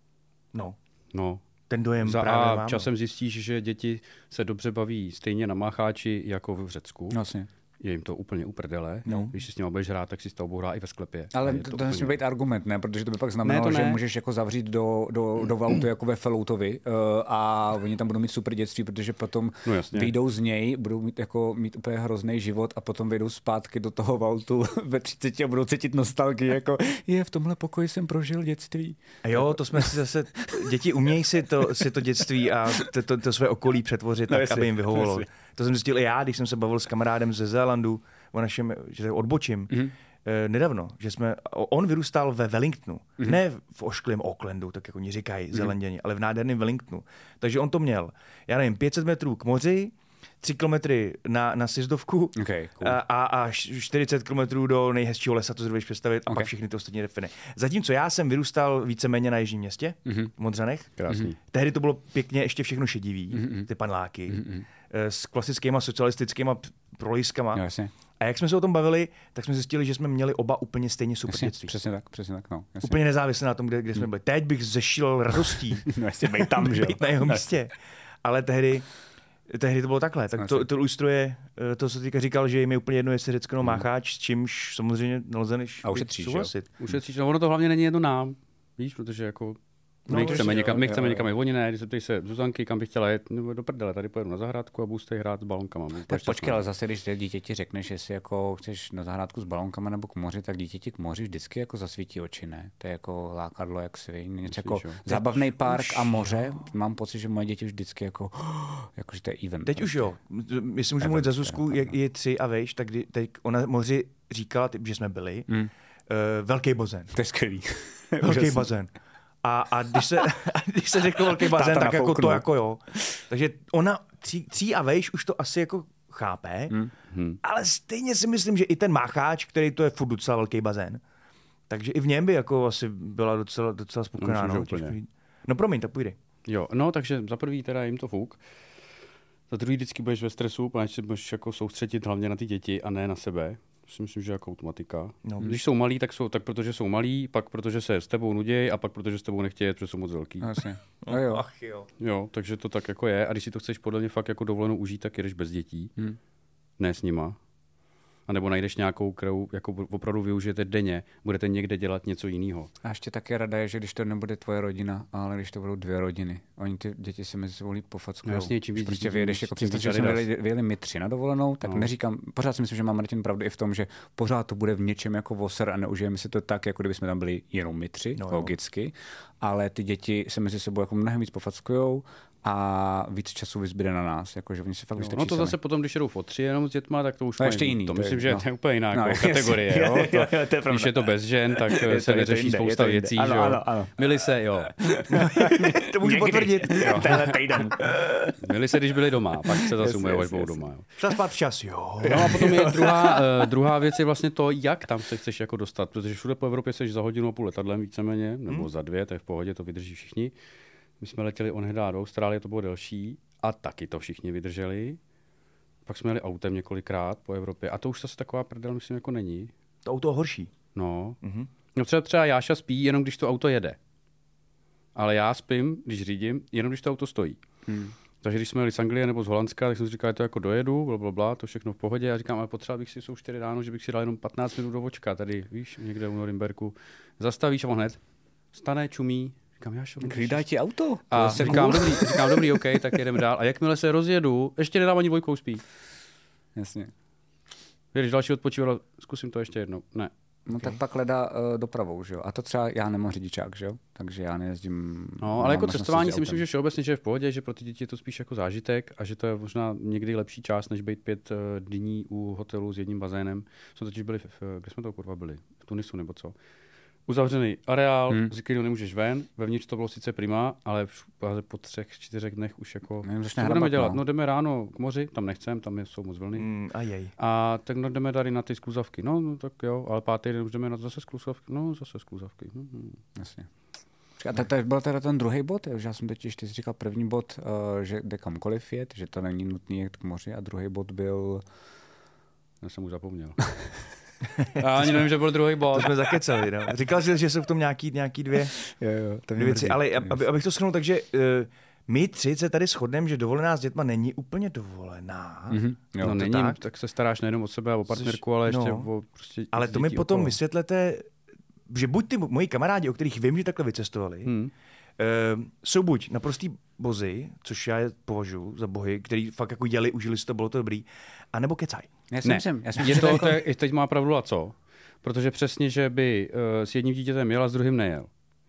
No. No. Ten dojem Za právě a mám. časem zjistíš, že děti se dobře baví stejně na mácháči jako v Řecku. Vlastně. Je jim to úplně uprdele. No. Když si s nimi budeš hrát, tak si s tou hrát i ve sklepě. Ale to, to, to nesmí být argument, ne? Protože to by pak znamenalo, ne, ne. že můžeš jako zavřít do, do, do valutu jako ve Falloutovi uh, a oni tam budou mít super dětství, protože potom no, vyjdou z něj, budou mít, jako, mít úplně hrozný život a potom vyjdou zpátky do toho valutu ve třiceti a budou cítit nostalgii, jako je, v tomhle pokoji jsem prožil dětství. A jo, to jsme si zase, děti umějí si to, si to dětství a to, to, to své okolí přetvořit no, tak, jestli, aby jim vyhovovalo. To jsem zjistil i já, když jsem se bavil s kamarádem ze Zélandu o našem, že odbočím, mm-hmm. eh, nedávno, že jsme, on vyrůstal ve Wellingtonu, mm-hmm. ne v ošklém Aucklandu, tak jako oni říkají mm-hmm. Zélanděni, ale v nádherném Wellingtonu. Takže on to měl, já nevím, pět set metrů k moři, tři kilometry na, na sjezdovku okay, cool. a, a čtyřicet kilometrů do nejhezčího lesa, to si dovedeš představit, a okay. pak všechny ty ostatní definy. Zatímco já jsem vyrůstal víceméně na jižním městě, mm-hmm. v Modřanech. Krásný. Tehdy to bylo pěkně ještě všechno šedivý, mm-hmm. ty paneláky, mm-hmm. s klasickýma socialistickýma prolískama. Jasně. A jak jsme se o tom bavili, tak jsme zjistili, že jsme měli oba úplně stejně super jasně, dětství. Přesně tak, přesně tak, no. Jasně. Úplně nezávisle na tom, kde, kde jsme byli. Teď bych zešílel radostí. No jasně, bejt tam, že jo. Být na jeho místě. Ale tehdy, tehdy to bylo takhle. Tak to, to ilustruje to, co teďka říkal, že jim je úplně jedno, jestli Řecko nebo mácháč, s čímž samozřejmě nelze než souhlasit. Ušetříš, no ono to hlavně není jedno nám, víš, protože jako No, my chceme někam, my chceme někam jít, oni ne, když se ptej se Zuzanky, kam bych chtěla jet, no, do prdele, tady pojedu na zahrádku a budu stej hrát s balonkama. Tak počkej, ale zase, když dítěti řekneš, jestli jako chceš na zahrádku s balonkama nebo k moři, tak dítěti k moři vždycky jako zasvítí oči, ne? To je jako lákadlo, jak si něco jako zábavný park a moře. Mám pocit, že moje děti vždycky jako, jako že to je event. Teď prostě. Už jo, jestli můžu mluvit za Zuzku, jak je tři a vejš, tak teď ona moři říkala, že jsme byli, hmm. uh, velký bazén. To je skvělý. Velký bazén. A, a když se, když se řekl velký bazén, tak jako to jako jo. Takže ona tří, tří a vejš už to asi jako chápe, hmm. ale stejně si myslím, že i ten mácháč, který to je furt docela velký bazén, takže i v něm by jako asi byla docela, docela spokojená. No, no promiň, tak půjde. Jo, no takže za prvý teda jim to fuk. Za druhý vždycky budeš ve stresu, protože se budeš jako soustředit hlavně na ty děti a ne na sebe. Si myslím, že jako automatika. No. Když jsou malí, tak jsou tak protože jsou malí, pak protože se s tebou nudějí a pak protože s tebou nechtějí, protože jsou moc velký. Jasně. No jo. Ach jo. Jo, takže to tak jako je. A když si to chceš podle mě fakt jako dovolenou užít, tak jedeš bez dětí. Hmm. Ne s nima. A nebo najdeš nějakou, kterou jako opravdu využijete denně, budete někde dělat něco jiného. A ještě také rada je, že když to nebude tvoje rodina, ale když to budou dvě rodiny, oni ty děti si mezi sebou líp pofackujou. No jasně, čím víc prostě vyjedeš, jako představ, že jsme vyjeli, vyjeli my tři na dovolenou, tak no. neříkám, pořád si myslím, že má Martin pravdu i v tom, že pořád to bude v něčem jako voser a neužijeme si to tak, jako kdyby jsme tam byli jenom my tři, no, logicky, ale ty děti se mezi sebou jako mnohem víc pofackujou a víc času vyzbyde na nás, jakože oni se fakt vystačí. No to zase sami. Potom, když jedou fotři jenom s dětma, tak to už no, ještě jiný. To myslím, že no. to je úplně jiná no, jako kategorie. Jo? To, jo, to je když je to bez žen, tak je se to, neřeší to spousta věcí. Ano, ano, ano. Mili se, jo. To můžu potvrdit. Tenhle týden. Mili se, když byli doma, pak se zase umyjou, až budou doma. Šla spát včas, jo. No a potom je druhá, uh, druhá věc je vlastně to, jak tam se chceš jako dostat, protože všude po Evropě seš za hodinu a půl letadlem víceméně, nebo hmm. za dvě, to je v pohodě, to vydrží všichni. My jsme letěli onehdy do Austrálie, to bylo delší a taky to všichni vydrželi. Pak jsme jeli autem několikrát po Evropě a to už zase taková prdel, myslím, jako není. To auto je horší. No. Mm-hmm. No třeba, třeba Jáša spí, jenom když to auto jede. Ale já spím, když řídím, jenom když to auto stojí. Hmm. Takže když jsme jeli z Anglie nebo z Holandska, tak jsem si říkal, že to jako dojedu, blablabla, to všechno v pohodě. Já říkám, ale potřeba bych si, jsou čtyři ráno, že bych si dal jenom patnáct minut do vočka, tady, víš, někde u Norimberku. Zastavíš a on hned stane, čumí. Říkám, Jášo, dá ti auto. A říkám dobrý, říkám, dobrý, OK, tak jedeme dál. A jakmile se rozjedu, ještě nedám ani dvojkou spí. Jasně. Když další odpočíval, zkusím to ještě jednou. Ne. No okay. Tak pak hledá uh, dopravou, že jo. A to třeba já nemám řidičák, že jo. Takže já nejezdím. No, ale jako cestování si myslím, že všeobecně, že je v pohodě, že pro ty děti je to spíš jako zážitek a že to je možná někdy lepší čas, než být pět uh, dní u hotelu s jedním bazénem. Jsme totiž byli, v, v, kde jsme to kurva byli? V Tunisu nebo co? Uzavřený areál, hmm. z kterého nemůžeš ven, vevnitř to bylo sice prima, ale po třech, čtyřech dnech už jako, nevím, co budeme dělat? No. no jdeme ráno k moři, tam nechcem, tam jsou moc vlny. Mm, a jej. A tak no, jdeme tady na ty skluzavky. No, no tak jo, ale pátý den už jdeme na zase skluzavky. No, zase skluzavky. Hmm. Jasně. A to, to byl teda ten druhý bod, že já jsem teď ještě říkal první bod, uh, že jde kamkoliv jet, že to není nutné jet k moři, a druhý bod byl... Já jsem už zapomněl. Já ani nevím, že byl druhý bod. To jsme zakecali, no. Říkal jsi, že jsou v tom nějaký, nějaký dvě, jo, jo, to dvě věci, ale aby, abych to shrnul, takže uh, my tři se tady shodneme, že dovolená s dětma není úplně dovolená. Mm-hmm. Jo, no není, tak? tak se staráš nejenom o sebe a o partnerku, ale ještě no, o prostě ale to mi potom okolo. Vysvětlete, že buď ty moji kamarádi, o kterých vím, že takhle vycestovali, hmm. uh, jsou buď naprostý bozy, což já je považuji za bohy, který fakt jako jeli, užili si to, bylo to dobrý, anebo kecaj. Já si myslím, já si myslím, je to, to je, teď má pravdu a co? Protože přesně, že by uh, s jedním dítětem jel a s druhým nejel.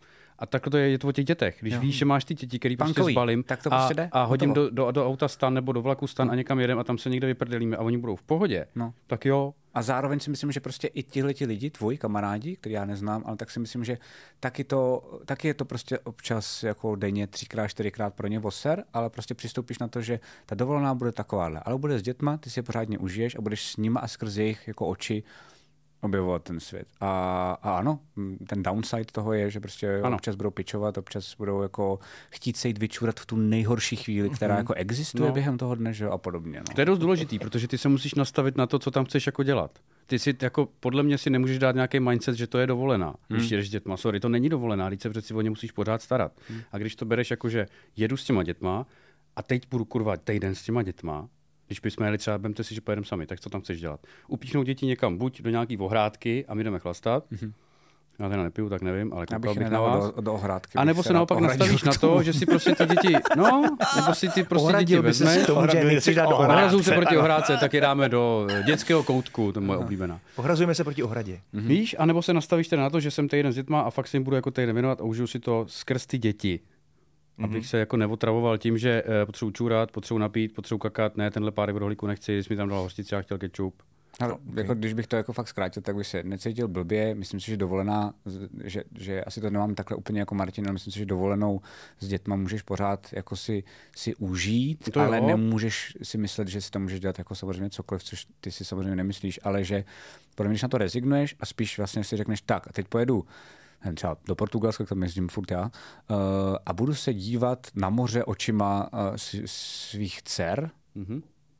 A takhle to je, je to o těch dětech. Když jo. víš, že máš ty děti, který prostě zbalím tak to a, prostě jde, a hodím do, do, do auta stan nebo do vlaku stan no. a někam jedem a tam se někde vyprdelíme a oni budou v pohodě, no. tak jo. A zároveň si myslím, že prostě i tihleti lidi, tvoji kamarádi, který já neznám, ale tak si myslím, že taky, to, taky je to prostě občas jako denně třikrát, čtyřikrát pro ně voser, ale prostě přistoupíš na to, že ta dovolená bude takováhle. Ale bude s dětma, ty si je pořádně užiješ a budeš s nima a skrz jejich jako oči objevovat ten svět. A, a ano, ten downside toho je, že prostě ano. občas budou pičovat, občas budou jako chtít se jít vyčurat v tu nejhorší chvíli, která mm-hmm. jako existuje no. během toho dne, že a podobně. No. To je dost důležitý, protože ty se musíš nastavit na to, co tam chceš jako dělat. Ty si jako, podle mě si nemůžeš dát nějaký mindset, že to je dovolená. Hmm. Když jedeš s dětma, sorry, to není dovolená, když se přeci o ně musíš pořád starat. Hmm. A když to bereš jako, že jedu s těma dětma a teď budu kurva týden s těma dětma, když bychom jeli třeba, vemte si, že pojedeme sami, tak co tam chceš dělat? Upíchnout děti někam, buď do nějaký ohrádky a my jdeme chlastat, mm-hmm. já teda nepiju, tak nevím, ale koukal bych na vás. Do, do ohrádky. A nebo se naopak nastavíš na to, že si prostě ty děti, no, nebo si ty prostě děti vezmeš. Ohrazuju se proti ohrádce, tak je dáme do dětského koutku, to je moje oblíbená. Ohrazujeme se proti ohradě. Mm-hmm. Víš, anebo se nastavíš teda na to, že jsem týden s dětma a fakt si jim budu jako týden věnovat a užiju si to skrz ty děti. Abych mm-hmm. se jako neotravoval tím, že uh, potřebuji čůrat, potřebuji napít, potřebuji kakat, ne, tenhle párek v rohlíku nechci, jsi mi tam dal hořčici a chtěl kečup. Ale okay. jako, když bych to jako fakt zkrátil, tak bych se necítil blbě. Myslím si, že dovolená, že, že asi to nemám takhle úplně jako Martin, ale myslím si, že dovolenou s dětma můžeš pořád jako si, si užít, to ale jo. nemůžeš si myslet, že si to můžeš dělat jako samozřejmě cokoliv, což ty si samozřejmě nemyslíš, ale že podle mě, když na to rezignuješ a spíš vlastně si řekneš tak a teď pojedu třeba do Portugalska, tam jezdím furt já, uh, a budu se dívat na moře očima uh, svých dcer, mm-hmm.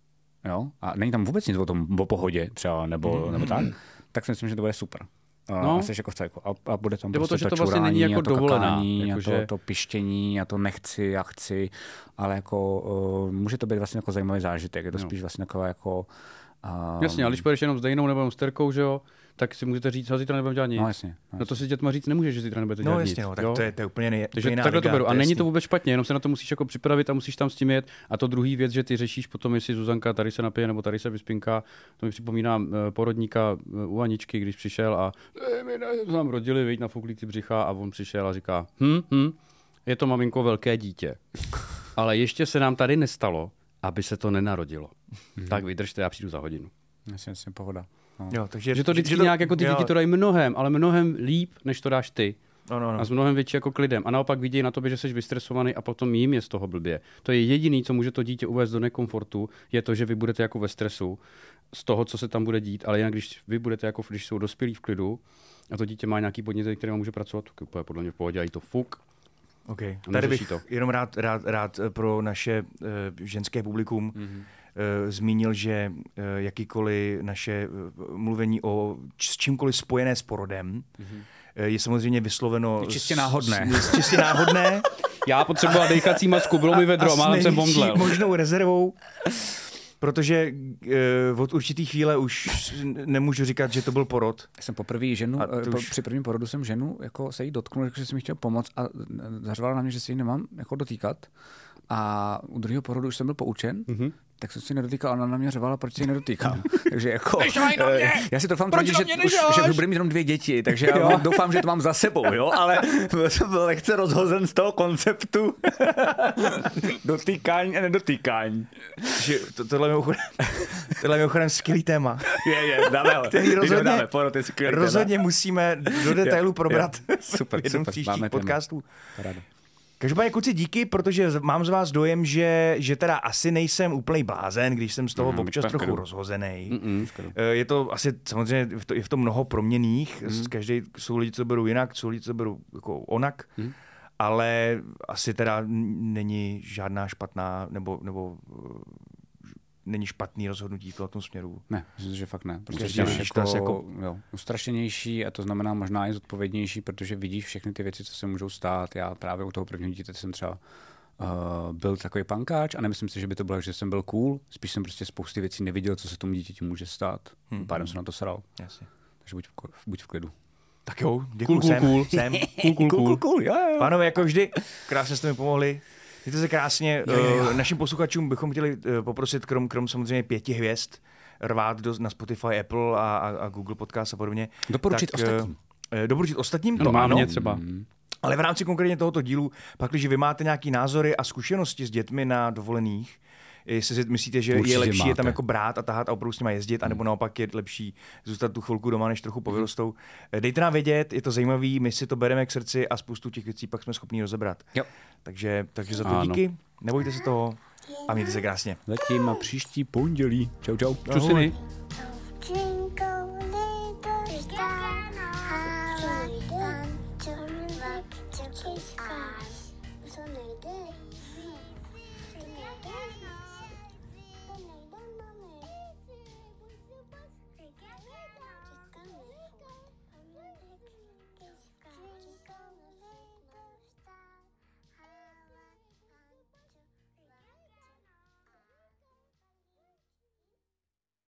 jo, a není tam vůbec nic o tom, o pohodě třeba, nebo, mm-hmm. nebo tak, tak si myslím, že to bude super. Uh, no. A jsi jako v cajku. A, a bude tam nebo prostě to, to, to vlastně není jako a to dovolená, kakání, jako a to, že... to pištění, a to nechci, já chci, ale jako uh, může to být vlastně jako zajímavý zážitek, je to no. spíš vlastně taková jako... Um... Jasně, ale když pojedeš jenom s Dejnou nebo s Terkou, že jo, tak si můžete říct, že zítra nebudeme dělat nic. No, jasně, no, jasně. no to si dětma říct nemůžeš, že zítra nebudete dělat no, nic. Jasně, no, tak to je, to je úplně nej, Takže jiná takhle liga, to beru. A to není jasný. to vůbec špatně, jenom se na to musíš jako připravit a musíš tam s tím jet. A to druhý věc, že ty řešíš potom, jestli Zuzanka tady se napije nebo tady se vyspinká. To mi připomíná uh, porodníka uh, u Aničky, když přišel a e, my nám rodili, viď, nafoukli ty břicha a on přišel a říká, hm, hm, je to maminko velké dítě. Ale ještě se nám tady nestalo, aby se to nenarodilo. Mm-hmm. Tak vydržte, já přijdu za hodinu. Jasně, jasně, pohoda. No. Jo, takže, že to vždycky že to, nějak jako ty jo. děti to dají mnohem, ale mnohem líp, než to dáš ty. No, no, no. A s mnohem větší jako klidem. A naopak vidějí na tobě, že jsi vystresovaný a potom jim je z toho blbě. To je jediný, co může to dítě uvést do nekomfortu, je to, že vy budete jako ve stresu z toho, co se tam bude dít, ale jinak když vy budete jako, když jsou dospělí v klidu a to dítě má nějaký podněty, které může pracovat, tak je podle mě v pohodě a jí to fuk. Okay. Tady bych to. jenom rád, rád, rád pro naše uh, ženské publikum mm-hmm. uh, zmínil, že uh, jakýkoliv naše uh, mluvení o č- s čímkoliv spojené s porodem mm-hmm. uh, je samozřejmě vysloveno je čistě náhodné. S, s, čistě náhodné. Já potřeboval dejchací masku, bylo mi vedro a, a málem jsem bomdlel. Možnou rezervou. Protože uh, od určitý chvíle už nemůžu říkat, že to byl porod. Já jsem poprvé ženu, po, už... při prvním porodu jsem ženu jako se jí dotknul, že jsem jí chtěl pomoct a zařvala na mě, že se jí nemám jako dotýkat. A u druhého porodu už jsem byl poučen, mm-hmm. tak jsem si nedotýkal, ona na mě řevala, proč si ji nedotýkám. Takže jako, na mě! já si doufám tvrdit, že, už, že budu mít jenom dvě děti, takže já jo. doufám, že to mám za sebou, jo, ale jsem byl lehce rozhozen z toho konceptu dotýkání a nedotýkání. Že to, tohle je mimochodem, tohle je mimochodem skvělý téma. Je, je, dáme ho. Který rozhodně, dáme, porod, rozhodně musíme do detailu probrat je, super, v jednom super, příštích podcastů. Paráda. Každopádně, kluci, díky, protože mám z vás dojem, že, že teda asi nejsem úplný blázen, když jsem z toho mm, občas trochu kru. rozhozenej. Mm, je to asi samozřejmě, je v tom mnoho proměnných, mm. každý jsou lidi, co berou jinak, jsou lidi, co berou jako onak, mm. ale asi teda není žádná špatná, nebo, nebo není špatný rozhodnutí v tom směru. Ne, myslím, že fakt ne. Protože je jako, jako jo, ustrašenější a to znamená možná i zodpovědnější, protože vidíš všechny ty věci, co se můžou stát. Já právě u toho prvního dítěte jsem třeba uh, byl takový pankáč a nemyslím si, že by to bylo, že jsem byl cool. Spíš jsem prostě spousty věcí neviděl, co se tomu dítěti může stát. Hmm. Pádem jsem na to sral. Jasně. Takže buď v, buď v klidu. Tak jo, děkuju. Cool, cool, jsem. cool. Cool, cool, cool. cool, cool, jo, jo. Pánové, jako vždy, krásně jste mi pomohli. Mějte se krásně. Jo, jo, jo. Našim posluchačům bychom chtěli poprosit, krom, krom samozřejmě pěti hvězd, rvát do, na Spotify, Apple a, a, a Google Podcast a podobně. Doporučit tak, ostatním. Doporučit ostatním, to no, ano. Mě třeba. Mm. Ale v rámci konkrétně tohoto dílu, pak, když vy máte nějaký názory a zkušenosti s dětmi na dovolených, jestli si myslíte, že určitě je lepší máte. je tam jako brát a tahat a opravdu s nima jezdit, anebo naopak je lepší zůstat tu chvilku doma, než trochu povyrostou. Dejte nám vědět, je to zajímavý, my si to bereme k srdci a spoustu těch věcí pak jsme schopni rozebrat. Jo. Takže, takže za to ano. díky, nebojte se toho a mějte se krásně. Zatím a příští pondělí. Čau, čau. Čusiny. Kiss